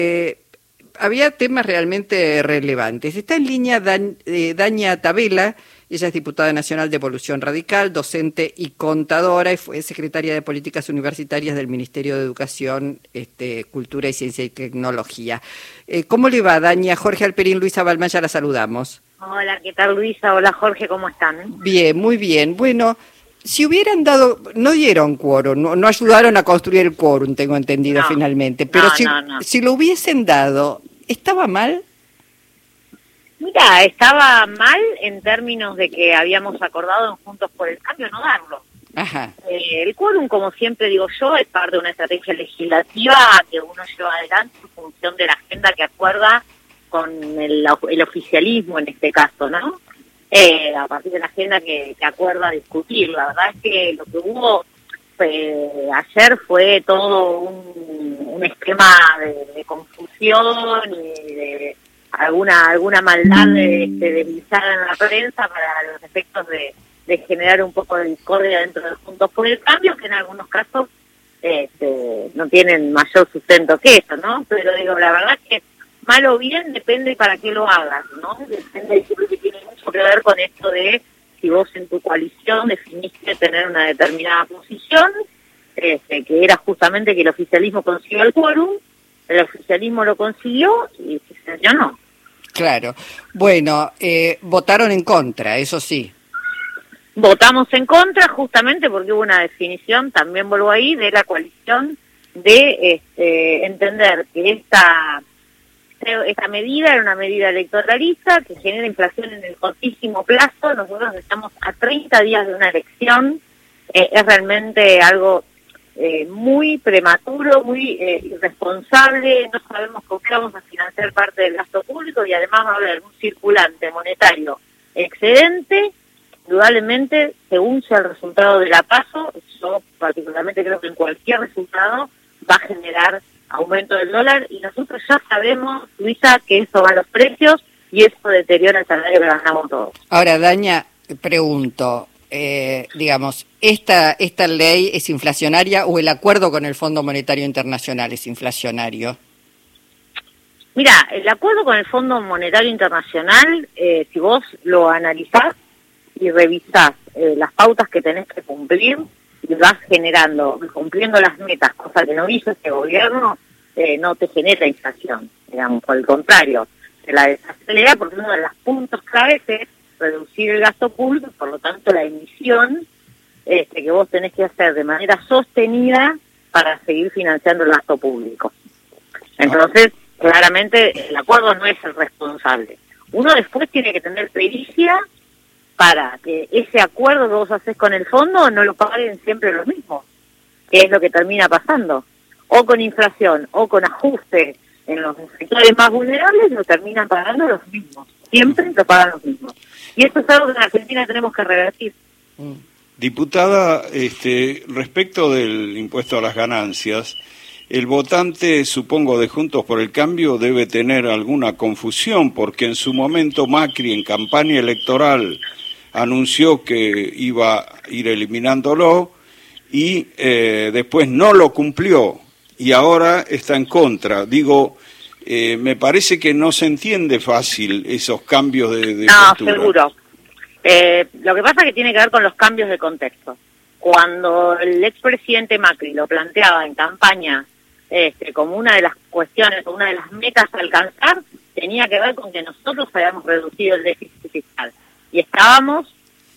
Había temas realmente relevantes. Está en línea Daña Tabela. Ella es diputada nacional de Evolución Radical, docente y contadora, y fue secretaria de Políticas Universitarias del Ministerio de Educación, Cultura y Ciencia y Tecnología. ¿Cómo le va, Daña? Jorge Alperín, Luisa Balmaya, la saludamos. Hola, ¿qué tal, Luisa? Hola, Jorge, ¿cómo están? Bien, muy bien. Bueno, si hubieran dado, no dieron quórum, no ayudaron a construir el quórum, tengo entendido finalmente, pero si lo hubiesen dado, ¿estaba mal? Mira, estaba mal en términos de que habíamos acordado en Juntos por el Cambio no darlo. Ajá. El quórum, como siempre digo yo, es parte de una estrategia legislativa que uno lleva adelante en función de la agenda que acuerda con el oficialismo en este caso, ¿no? A partir de la agenda que acuerda discutir. La verdad es que lo que hubo ayer fue todo un esquema de confusión y de alguna maldad de deslizar en la prensa para los efectos de generar un poco de discordia dentro de Juntos por el Cambio, que en algunos casos no tienen mayor sustento que eso, ¿no? Pero digo, la verdad es que mal o bien depende para qué lo hagas, ¿no? Depende, yo creo que tiene mucho que ver con esto de si vos en tu coalición definiste tener una determinada posición, que era justamente que el oficialismo consiguió el quórum, el oficialismo lo consiguió y yo no. Claro. Bueno, votaron en contra, eso sí. Votamos en contra justamente porque hubo una definición, también vuelvo ahí, de la coalición de entender que esta medida era una medida electoralista que genera inflación en el cortísimo plazo. Nosotros estamos a 30 días de una elección. Es realmente algo muy prematuro, muy irresponsable. No sabemos con qué vamos a financiar parte del gasto público y además va a haber un circulante monetario excedente. Indudablemente, según sea el resultado de la PASO, yo particularmente creo que en cualquier resultado va a generar aumento del dólar y nosotros ya sabemos, Luisa, que eso va a los precios y eso deteriora el salario que ganamos todos. Ahora, Daña, pregunto, digamos, ¿esta ley es inflacionaria o el acuerdo con el Fondo Monetario Internacional es inflacionario? Mira, el acuerdo con el Fondo Monetario Internacional, si vos lo analizás y revisás las pautas que tenés que cumplir, y vas cumpliendo las metas, cosa que no hizo este gobierno, no te genera inflación, digamos, por el contrario, se la desacelera porque uno de los puntos claves es reducir el gasto público y por lo tanto la emisión que vos tenés que hacer de manera sostenida para seguir financiando el gasto público. Entonces, claramente el acuerdo no es el responsable. Uno después tiene que tener pericia para que ese acuerdo que vos haces con el fondo no lo paguen siempre los mismos, que es lo que termina pasando. O con inflación, o con ajuste en los sectores más vulnerables, lo terminan pagando los mismos. Siempre lo pagan los mismos. Y eso es algo que en Argentina tenemos que revertir. Diputada, respecto del impuesto a las ganancias, el votante, supongo, de Juntos por el Cambio debe tener alguna confusión, porque en su momento Macri, en campaña electoral, anunció que iba a ir eliminándolo y después no lo cumplió y ahora está en contra. Digo, me parece que no se entiende fácil esos cambios de postura. No, seguro. Lo que pasa es que tiene que ver con los cambios de contexto. Cuando el expresidente Macri lo planteaba en campaña como una de las cuestiones o una de las metas a alcanzar, tenía que ver con que nosotros habíamos reducido el déficit fiscal y estábamos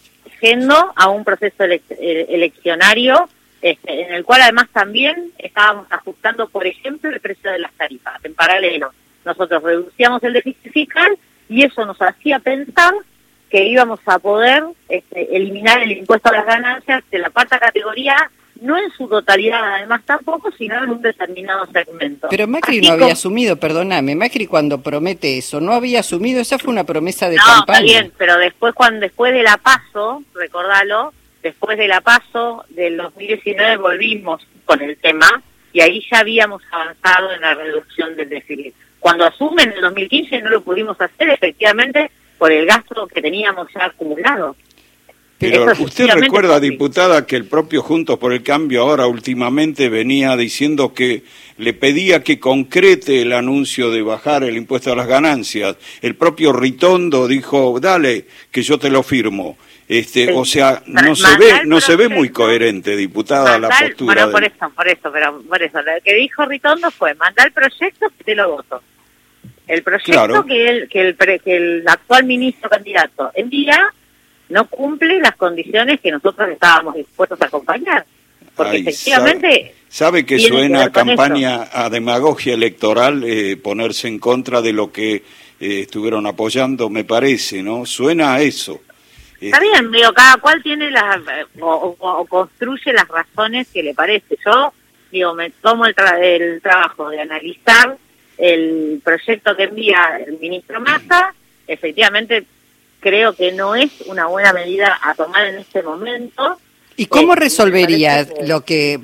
yendo a un proceso eleccionario en el cual además también estábamos ajustando, por ejemplo, el precio de las tarifas. En paralelo, nosotros reducíamos el déficit fiscal y eso nos hacía pensar que íbamos a poder eliminar el impuesto a las ganancias de la cuarta categoría, no en su totalidad además tampoco, sino en un determinado segmento. Pero Macri no había asumido, perdóname, Macri cuando promete eso, no había asumido, esa fue una promesa de campaña. No, está bien, pero después de la PASO, recordalo, después de la PASO del 2019 volvimos con el tema y ahí ya habíamos avanzado en la reducción del déficit. Cuando asumen en el 2015 no lo pudimos hacer efectivamente por el gasto que teníamos ya acumulado. Pero usted recuerda, diputada, que el propio Juntos por el Cambio ahora últimamente venía diciendo que le pedía que concrete el anuncio de bajar el impuesto a las ganancias. El propio Ritondo dijo, dale, que yo te lo firmo. Sí. O sea, no se ve muy coherente, diputada, la postura. Bueno, por eso, lo que dijo Ritondo fue, mandá el proyecto que te lo voto. El proyecto claro. que el actual ministro candidato envía no cumple las condiciones que nosotros estábamos dispuestos a acompañar. Porque efectivamente... Sabe que suena a campaña, a demagogia electoral, ponerse en contra de lo que estuvieron apoyando, me parece, ¿no? Suena a eso. Está bien, digo, cada cual tiene o construye las razones que le parece. Yo, digo, me tomo el trabajo de analizar el proyecto que envía el ministro Massa. Efectivamente, creo que no es una buena medida a tomar en este momento. ¿Y cómo resolverías lo que,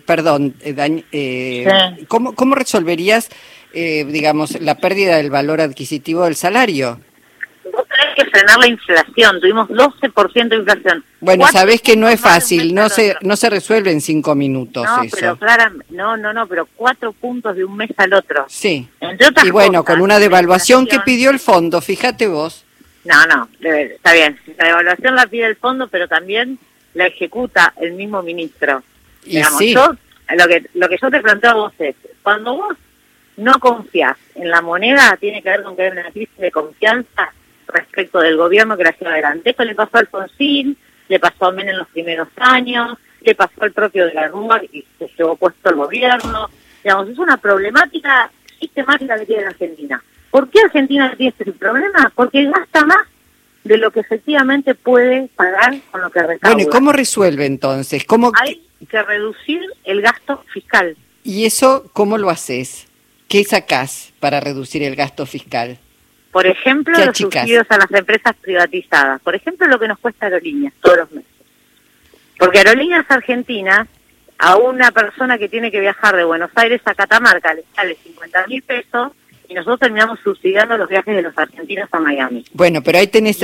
sí. ¿cómo resolverías, digamos, la pérdida del valor adquisitivo del salario? Vos tenés que frenar la inflación, tuvimos 12% de inflación. Bueno, sabés que no es fácil, no se resuelve en 5 minutos eso. Pero pero 4 puntos de un mes al otro. Sí, Entre otras y bueno, cosas, con una devaluación que pidió el fondo, fíjate vos. No, está bien, la devaluación la pide el fondo, pero también la ejecuta el mismo ministro. Y sí. Lo que yo te planteo a vos es, cuando vos no confías en la moneda, tiene que ver con que hay una crisis de confianza respecto del gobierno que la lleva adelante. Esto le pasó a Alfonsín, le pasó a Menem en los primeros años, le pasó al propio de la Rúa y se llevó puesto el gobierno. Digamos, es una problemática sistemática que tiene la Argentina. ¿Por qué Argentina tiene este problema? Porque gasta más de lo que efectivamente puede pagar con lo que recauda. Bueno, ¿y cómo resuelve entonces? Hay que reducir el gasto fiscal. ¿Y eso cómo lo haces? ¿Qué sacás para reducir el gasto fiscal? Por ejemplo, los subsidios a las empresas privatizadas. Por ejemplo, lo que nos cuesta Aerolíneas todos los meses. Porque Aerolíneas Argentinas, a una persona que tiene que viajar de Buenos Aires a Catamarca le sale 50.000 pesos y nosotros terminamos subsidiando los viajes de los argentinos a Miami. Bueno, pero ahí tenés,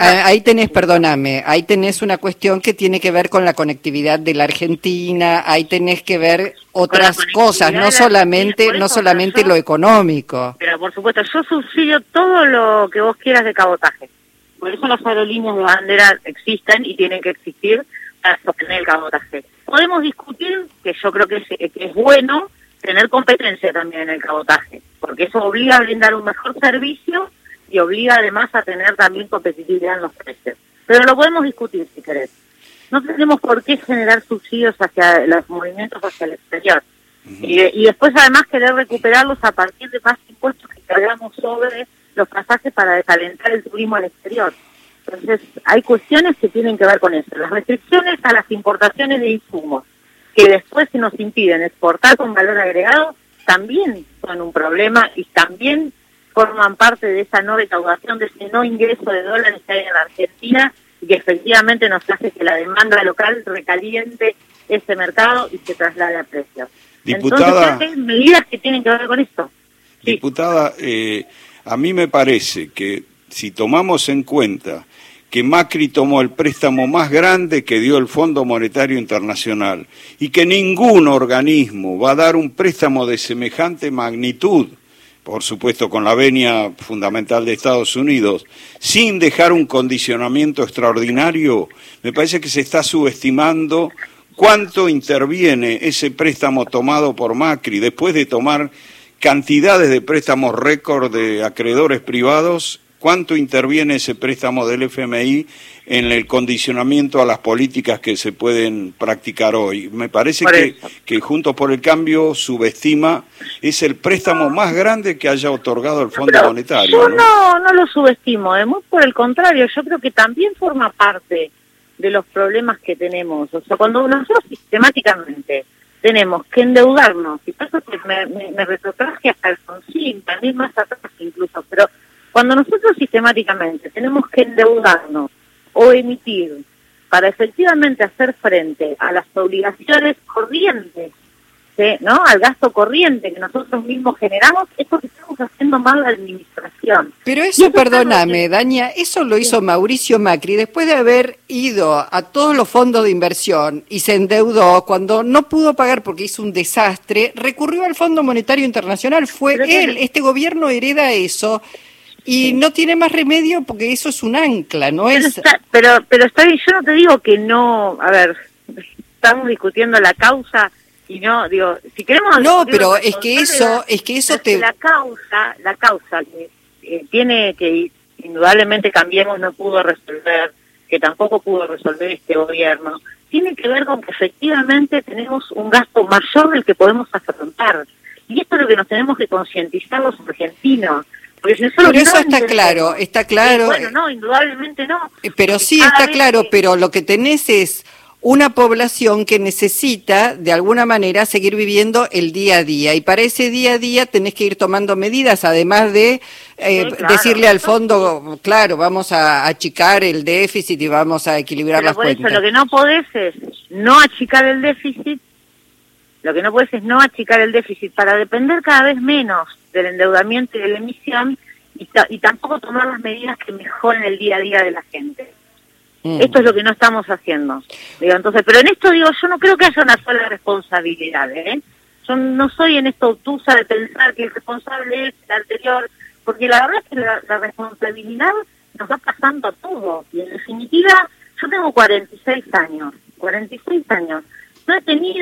perdóname, ahí tenés una cuestión que tiene que ver con la conectividad de la Argentina, ahí tenés que ver otras cosas, no solamente lo económico. Pero por supuesto, yo subsidio todo lo que vos quieras de cabotaje. Por eso las aerolíneas de bandera existen y tienen que existir para sostener el cabotaje. Podemos discutir, que yo creo que es bueno, tener competencia también en el cabotaje, porque eso obliga a brindar un mejor servicio y obliga además a tener también competitividad en los precios. Pero lo podemos discutir si querés. No tenemos por qué generar subsidios hacia los movimientos hacia el exterior. Y después además querer recuperarlos a partir de más impuestos que cargamos sobre los pasajes para desalentar el turismo al exterior. Entonces hay cuestiones que tienen que ver con eso. Las restricciones a las importaciones de insumos, que después se nos impiden exportar con valor agregado, también son un problema y también forman parte de esa no recaudación, de ese no ingreso de dólares que hay en la Argentina y que efectivamente nos hace que la demanda local recaliente ese mercado y se traslade a precios. Diputada, entonces, hay medidas que tienen que ver con esto. Sí. Diputada, a mí me parece que si tomamos en cuenta que Macri tomó el préstamo más grande que dio el Fondo Monetario Internacional y que ningún organismo va a dar un préstamo de semejante magnitud, por supuesto con la venia fundamental de Estados Unidos, sin dejar un condicionamiento extraordinario, me parece que se está subestimando cuánto interviene ese préstamo tomado por Macri después de tomar cantidades de préstamos récord de acreedores privados. ¿Cuánto interviene ese préstamo del FMI en el condicionamiento a las políticas que se pueden practicar hoy? Me parece que Juntos por el Cambio subestima, es el préstamo más grande que haya otorgado el Fondo Monetario. Yo no lo subestimo, muy por el contrario, yo creo que también forma parte de los problemas que tenemos. O sea, cuando nosotros sistemáticamente tenemos que endeudarnos, y por eso que me retrotraje hasta Alfonsín, también más atrás incluso, pero cuando nosotros sistemáticamente tenemos que endeudarnos o emitir para efectivamente hacer frente a las obligaciones corrientes índice, ¿no?, al gasto corriente que nosotros mismos generamos, es porque estamos haciendo mal la administración. Pero eso, perdóname, Daña, eso lo hizo Mauricio Macri después de haber ido a todos los fondos de inversión y se endeudó. Cuando no pudo pagar porque hizo un desastre, recurrió al Fondo Monetario Internacional. Fue él, este gobierno hereda eso y no tiene más remedio porque eso es un ancla, ¿no es? Pero está bien, yo no te digo que no, a ver, estamos discutiendo la causa y no, digo, si queremos... No, pero es que eso te... La causa que tiene que indudablemente Cambiemos no pudo resolver, que tampoco pudo resolver este gobierno, tiene que ver con que efectivamente tenemos un gasto mayor del que podemos afrontar. Y esto es lo que nos tenemos que concientizar los argentinos. Porque si nosotros pero eso está claro. Bueno, no, indudablemente no. Pero sí está claro, pero lo que tenés es una población que necesita, de alguna manera, seguir viviendo el día a día. Y para ese día a día tenés que ir tomando medidas, además de claro, decirle al fondo, claro, vamos a achicar el déficit y vamos a equilibrar las cuentas. Por eso, lo que no podés es no achicar el déficit, para depender cada vez menos del endeudamiento y de la emisión y tampoco tomar las medidas que mejoren el día a día de la gente. Esto es lo que no estamos haciendo. Digo, entonces, pero en esto digo, yo no creo que haya una sola responsabilidad, ¿eh? Yo no soy en esto obtusa de pensar que el responsable es el anterior, porque la verdad es que la responsabilidad nos va pasando a todos. Y en definitiva, yo tengo 46 años. No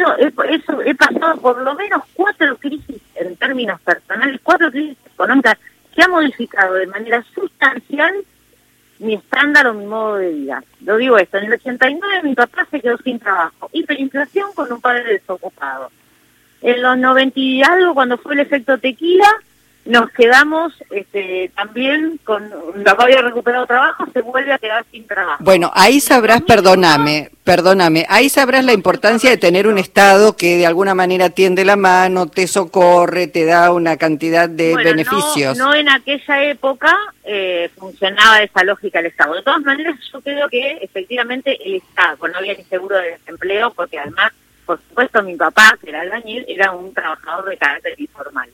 he pasado por lo menos 4 crisis en términos personales, 4 crisis económicas que han modificado de manera sustancial mi estándar o mi modo de vida. Lo digo esto, en el 89 mi papá se quedó sin trabajo, hiperinflación con un padre desocupado. En los 90 y algo, cuando fue el efecto tequila, nos quedamos también con, mi papá había recuperado trabajo, se vuelve a quedar sin trabajo. Bueno, ahí sabrás, perdóname, ahí sabrás la importancia de tener un Estado que de alguna manera tiende la mano, te socorre, te da una cantidad de beneficios. No en aquella época funcionaba esa lógica el Estado. De todas maneras, yo creo que efectivamente el Estado, no había ni seguro de desempleo, porque además, por supuesto, mi papá, que era albañil, era un trabajador de carácter informal.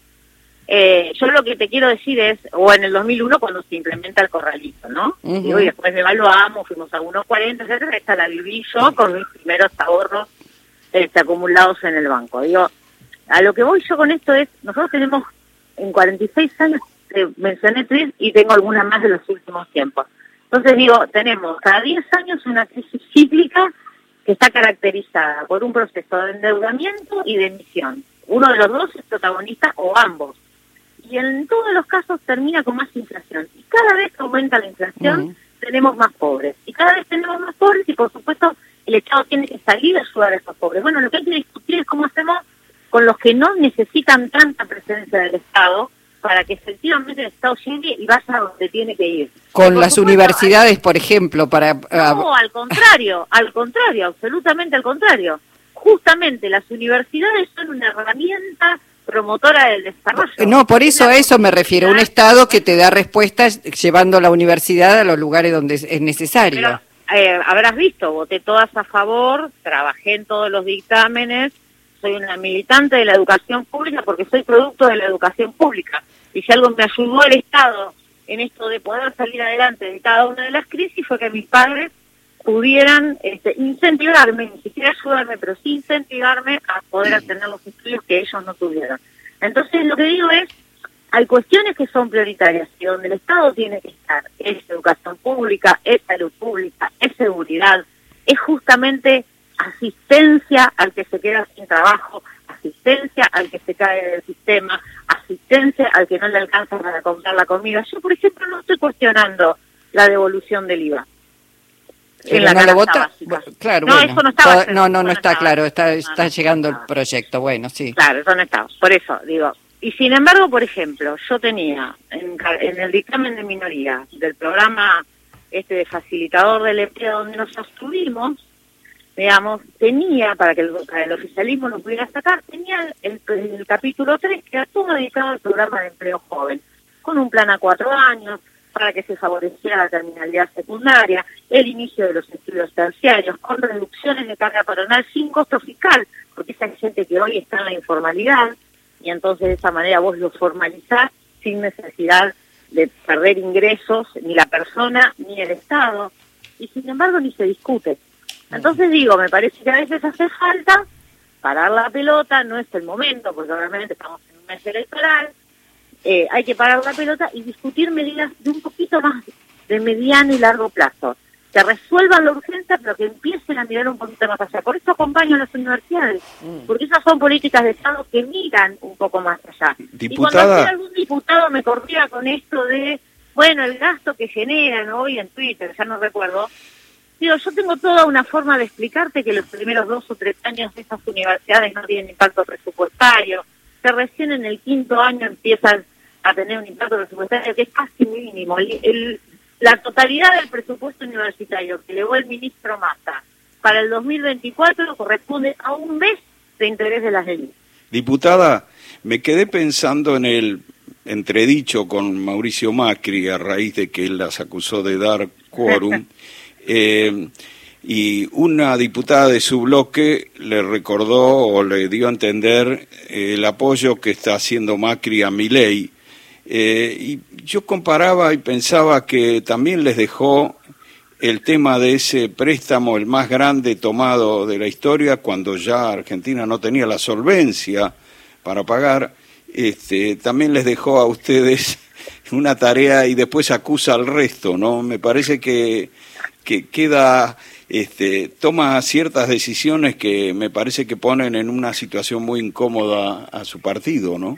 Yo lo que te quiero decir es, o en el 2001 cuando se implementa el corralito, ¿no? Y después evaluamos, fuimos a 1.40, etcétera, esta la viví yo con mis primeros ahorros acumulados en el banco. Digo, a lo que voy yo con esto es, nosotros tenemos en 46 años, mencioné 3 y tengo algunas más de los últimos tiempos. Entonces digo, tenemos cada 10 años una crisis cíclica que está caracterizada por un proceso de endeudamiento y de emisión. Uno de los dos es protagonista o ambos. Y en todos los casos termina con más inflación. Y cada vez que aumenta la inflación, tenemos más pobres. Y cada vez tenemos más pobres y, por supuesto, el Estado tiene que salir a ayudar a esos pobres. Bueno, lo que hay que discutir es cómo hacemos con los que no necesitan tanta presencia del Estado para que efectivamente el Estado llegue y vaya a donde tiene que ir. Con las universidades, por ejemplo, para... No, al contrario, absolutamente al contrario. Justamente las universidades son una herramienta promotora del desarrollo. No, por eso a eso me refiero, un Estado que te da respuestas llevando la universidad a los lugares donde es necesario. Pero, habrás visto, voté todas a favor, trabajé en todos los dictámenes, soy una militante de la educación pública porque soy producto de la educación pública. Y si algo me ayudó el Estado en esto de poder salir adelante de cada una de las crisis fue que mis padres pudieran incentivarme, ni siquiera ayudarme, pero sí incentivarme a poder tener los estudios que ellos no tuvieron. Entonces, lo que digo es, hay cuestiones que son prioritarias y donde el Estado tiene que estar. Es educación pública, es salud pública, es seguridad, es justamente asistencia al que se queda sin trabajo, asistencia al que se cae del sistema, asistencia al que no le alcanza para comprar la comida. Yo, por ejemplo, no estoy cuestionando la devolución del IVA. En la no lo vota, claro, no, bueno, eso no estaba. No está claro, está llegando el proyecto, bueno, sí. Claro, eso no estaba, por eso digo. Y sin embargo, por ejemplo, yo tenía en el dictamen de minoría del programa de facilitador del empleo donde nos abstuvimos, digamos, tenía, para que el oficialismo lo pudiera sacar, tenía el capítulo 3 que era todo dedicado al programa de empleo joven, con un plan a 4 años, para que se favoreciera la terminalidad secundaria, el inicio de los estudios terciarios, con reducciones de carga patronal sin costo fiscal, porque esa gente que hoy está en la informalidad, y entonces de esa manera vos lo formalizás sin necesidad de perder ingresos, ni la persona, ni el Estado, y sin embargo ni se discute. Entonces digo, me parece que a veces hace falta parar la pelota, no es el momento, porque obviamente estamos en un mes electoral, hay que parar la pelota y discutir medidas de un poquito más de mediano y largo plazo, que resuelvan la urgencia, pero que empiecen a mirar un poquito más allá. Por eso acompaño a las universidades, porque esas son políticas de Estado que miran un poco más allá. Diputada... Y cuando algún diputado me corría con esto de, bueno, el gasto que generan hoy en Twitter, ya no recuerdo, digo, yo tengo toda una forma de explicarte que los primeros 2 o 3 años de esas universidades no tienen impacto presupuestario, que recién en el 5º año empiezan a tener un impacto presupuestario que es casi mínimo. La totalidad del presupuesto universitario que elevó el ministro Massa para el 2024 corresponde a un mes de interés de las élites. Diputada, me quedé pensando en el entredicho con Mauricio Macri a raíz de que él las acusó de dar quórum. Y una diputada de su bloque le recordó o le dio a entender el apoyo que está haciendo Macri a Milei. Y yo comparaba y pensaba que también les dejó el tema de ese préstamo, el más grande tomado de la historia, cuando ya Argentina no tenía la solvencia para pagar. También les dejó a ustedes una tarea y después acusa al resto, ¿no? Me parece que queda, toma ciertas decisiones que me parece que ponen en una situación muy incómoda a su partido, ¿no?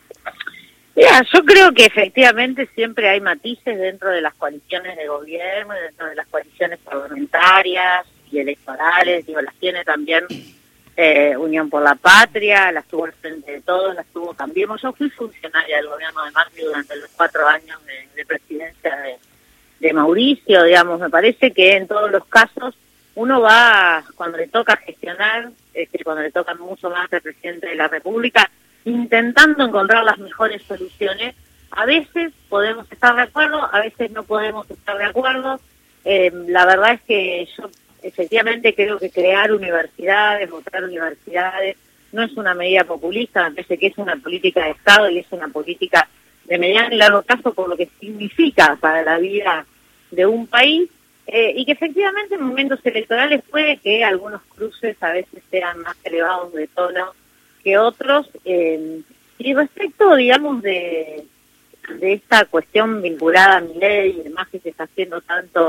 Mira, yo creo que efectivamente siempre hay matices dentro de las coaliciones de gobierno, dentro de las coaliciones parlamentarias y electorales, digo, las tiene también Unión por la Patria, las tuvo al Frente de Todos, las tuvo Cambiemos. Yo fui funcionaria del gobierno de Macri durante los 4 años de presidencia de Mauricio, digamos. Me parece que en todos los casos uno va, cuando le toca gestionar, cuando le toca mucho más al presidente de la República, intentando encontrar las mejores soluciones. A veces podemos estar de acuerdo, a veces no podemos estar de acuerdo. La verdad es que yo efectivamente creo que crear universidades, votar universidades, no es una medida populista, me parece que es una política de Estado y es una política de mediano y largo plazo por lo que significa para la vida de un país, y que efectivamente en momentos electorales puede que algunos cruces a veces sean más elevados de tono que otros, y respecto, digamos, de esta cuestión vinculada a Milei y demás que se está haciendo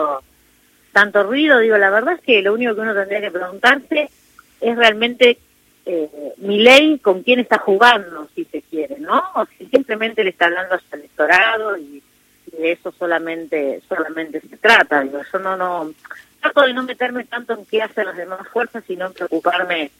tanto ruido, digo, la verdad es que lo único que uno tendría que preguntarse es realmente Milei con quién está jugando, si se quiere, ¿no? O si simplemente le está hablando hasta el electorado y de eso solamente se trata. Digo, yo no trato de no meterme tanto en qué hacen las demás fuerzas, sino en preocuparme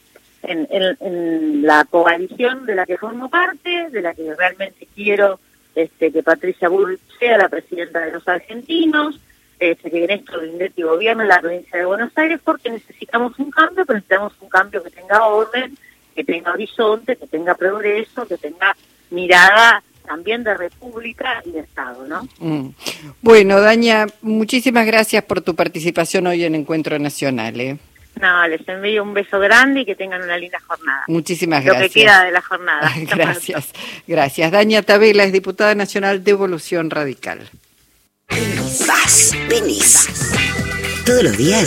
en la coalición de la que formo parte, de la que realmente quiero que Patricia Bullrich sea la presidenta de los argentinos, que Néstor Grindetti gobierne la provincia de Buenos Aires, porque necesitamos un cambio, pero necesitamos un cambio que tenga orden, que tenga horizonte, que tenga progreso, que tenga mirada también de república y de Estado, ¿no? Bueno, Daña, muchísimas gracias por tu participación hoy en Encuentro Nacional. No, les envío un beso grande y que tengan una linda jornada. Muchísimas gracias. Lo que queda de la jornada. Gracias. Daña Tabela es diputada nacional de Evolución Radical. Venís. Todos los días